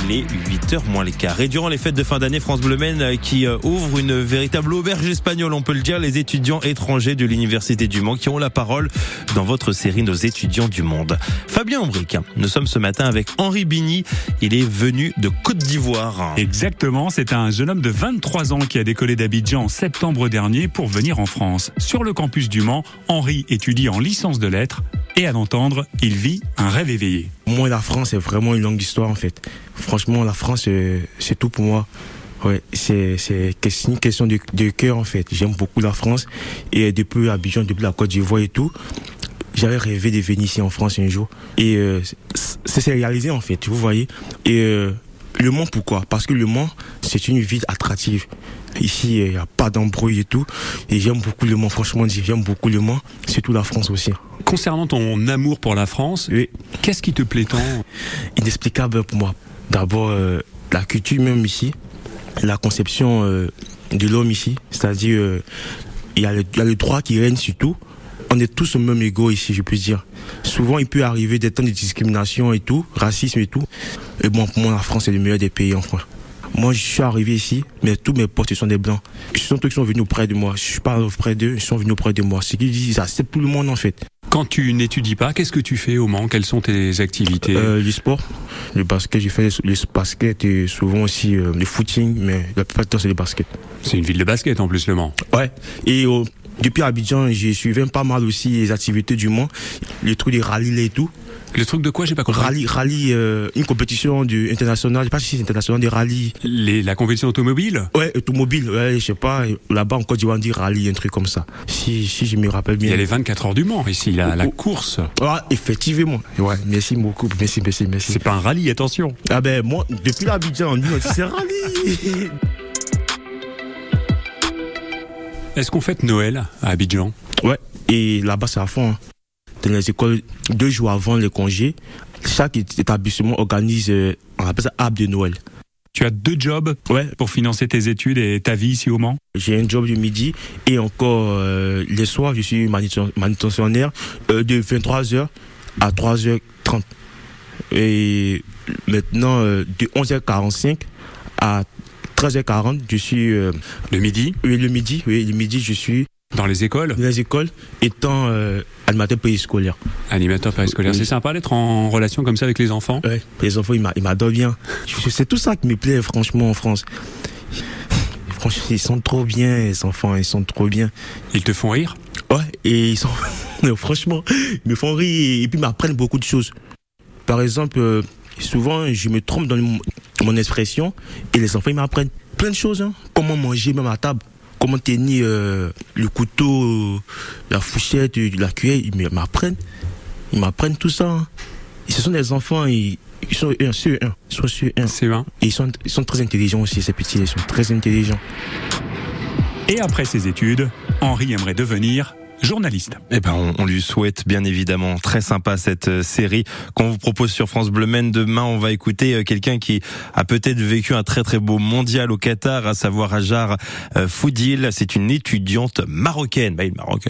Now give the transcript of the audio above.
Il est 8h moins les quarts. Et durant les fêtes de fin d'année, France Bleu Maine qui ouvre une véritable auberge espagnole, on peut le dire, les étudiants étrangers de l'Université du Mans qui ont la parole dans votre série Nos étudiants du monde. Fabien Ambric, nous sommes ce matin avec Henri Bigny. Il est venu de Côte d'Ivoire. Exactement, c'est un jeune homme de 23 ans qui a décollé d'Abidjan en septembre dernier pour venir en France. Sur le campus du Mans, Henri étudie en licence de lettres et à l'entendre, il vit un rêve éveillé. Moi, la France, c'est vraiment une longue histoire en fait. Franchement, la France, c'est tout pour moi. Ouais, c'est une question de cœur en fait. J'aime beaucoup la France et depuis Abidjan, depuis la Côte d'Ivoire et tout, j'avais rêvé de venir ici en France un jour et c'est réalisé en fait, vous voyez. Et Le Mans, pourquoi ? Parce que Le Mans, c'est une ville attractive. Ici, il n'y a pas d'embrouille et tout. Et j'aime beaucoup Le Mans, franchement, j'aime beaucoup Le Mans, surtout la France aussi. Concernant ton amour pour la France, oui. Qu'est-ce qui te plaît tant ? Inexplicable pour moi. D'abord, la culture même ici, la conception de l'homme ici, c'est-à-dire il y a le droit qui règne surtout. On est tous au même égaux ici, je peux dire. Souvent, il peut arriver des temps de discrimination et tout, racisme et tout. Et bon, pour moi, la France est le meilleur des pays en France. Moi, je suis arrivé ici, mais tous mes potes, ce sont des blancs. Ce sont eux qui sont venus auprès de moi. Je suis pas auprès d'eux, ils sont venus auprès de moi. Ce qu'ils disent, ils acceptent tout le monde en fait. Quand tu n'étudies pas, qu'est-ce que tu fais au Mans ? Quelles sont tes activités ? Le sport, le basket, j'ai fait le basket et souvent aussi le footing, mais la plupart du temps, c'est le basket. C'est une ville de basket en plus, Le Mans. Ouais, et depuis Abidjan, j'ai suivi pas mal aussi les activités du Mans, les trucs des rallyes et tout. Le truc de quoi, j'ai pas compris. Rallye, une compétition internationale, je sais pas si c'est international, des rallyes. La compétition automobile ? Ouais, automobile, ouais, je sais pas, là-bas en Côte d'Ivoire on dit rallye, un truc comme ça. Si je me rappelle bien. Il y a les 24 heures du Mans ici, la course. Ah, effectivement. Ouais, merci beaucoup, merci. C'est pas un rallye, attention. Ah ben, moi, depuis l'Abidjan, on dit c'est rallye. Est-ce qu'on fête Noël à Abidjan ? Ouais, et là-bas c'est à fond. Hein. Dans les écoles, 2 jours avant les congés, chaque établissement organise, on appelle ça arbre de Noël. Tu as 2 jobs pour financer tes études et ta vie ici au Mans ? J'ai un job du midi et encore les soirs, je suis manutentionnaire de 23h à 3h30. Et maintenant, de 11h45 à 13h40, je suis... le midi ? Oui, le midi, je suis... Dans les écoles ? Dans les écoles, étant animateur périscolaire. Animateur périscolaire, oui. C'est sympa d'être en relation comme ça avec les enfants ? Oui, les enfants, ils m'adorent bien. C'est tout ça qui me plaît, franchement, en France. Franchement, ils sont trop bien, les enfants, ils sont trop bien. Ils te font rire ? Ouais, et ils sont... franchement, ils me font rire et puis ils m'apprennent beaucoup de choses. Par exemple, souvent, je me trompe dans mon expression et les enfants, ils m'apprennent plein de choses. Hein. Comment manger même à table. Comment tenir le couteau, la fourchette, la cuillère, ils m'apprennent tout ça. Hein. Et ce sont des enfants, ils sont sur 1. CE1. Et ils sont très intelligents aussi, ces petits, ils sont très intelligents. Et après ses études, Henri aimerait devenir journaliste. Eh ben, on lui souhaite bien évidemment. Très sympa cette série qu'on vous propose sur France Bleu Maine. Demain, on va écouter quelqu'un qui a peut-être vécu un très très beau mondial au Qatar, à savoir Hajar Foudil. C'est une étudiante marocaine. Marocaine.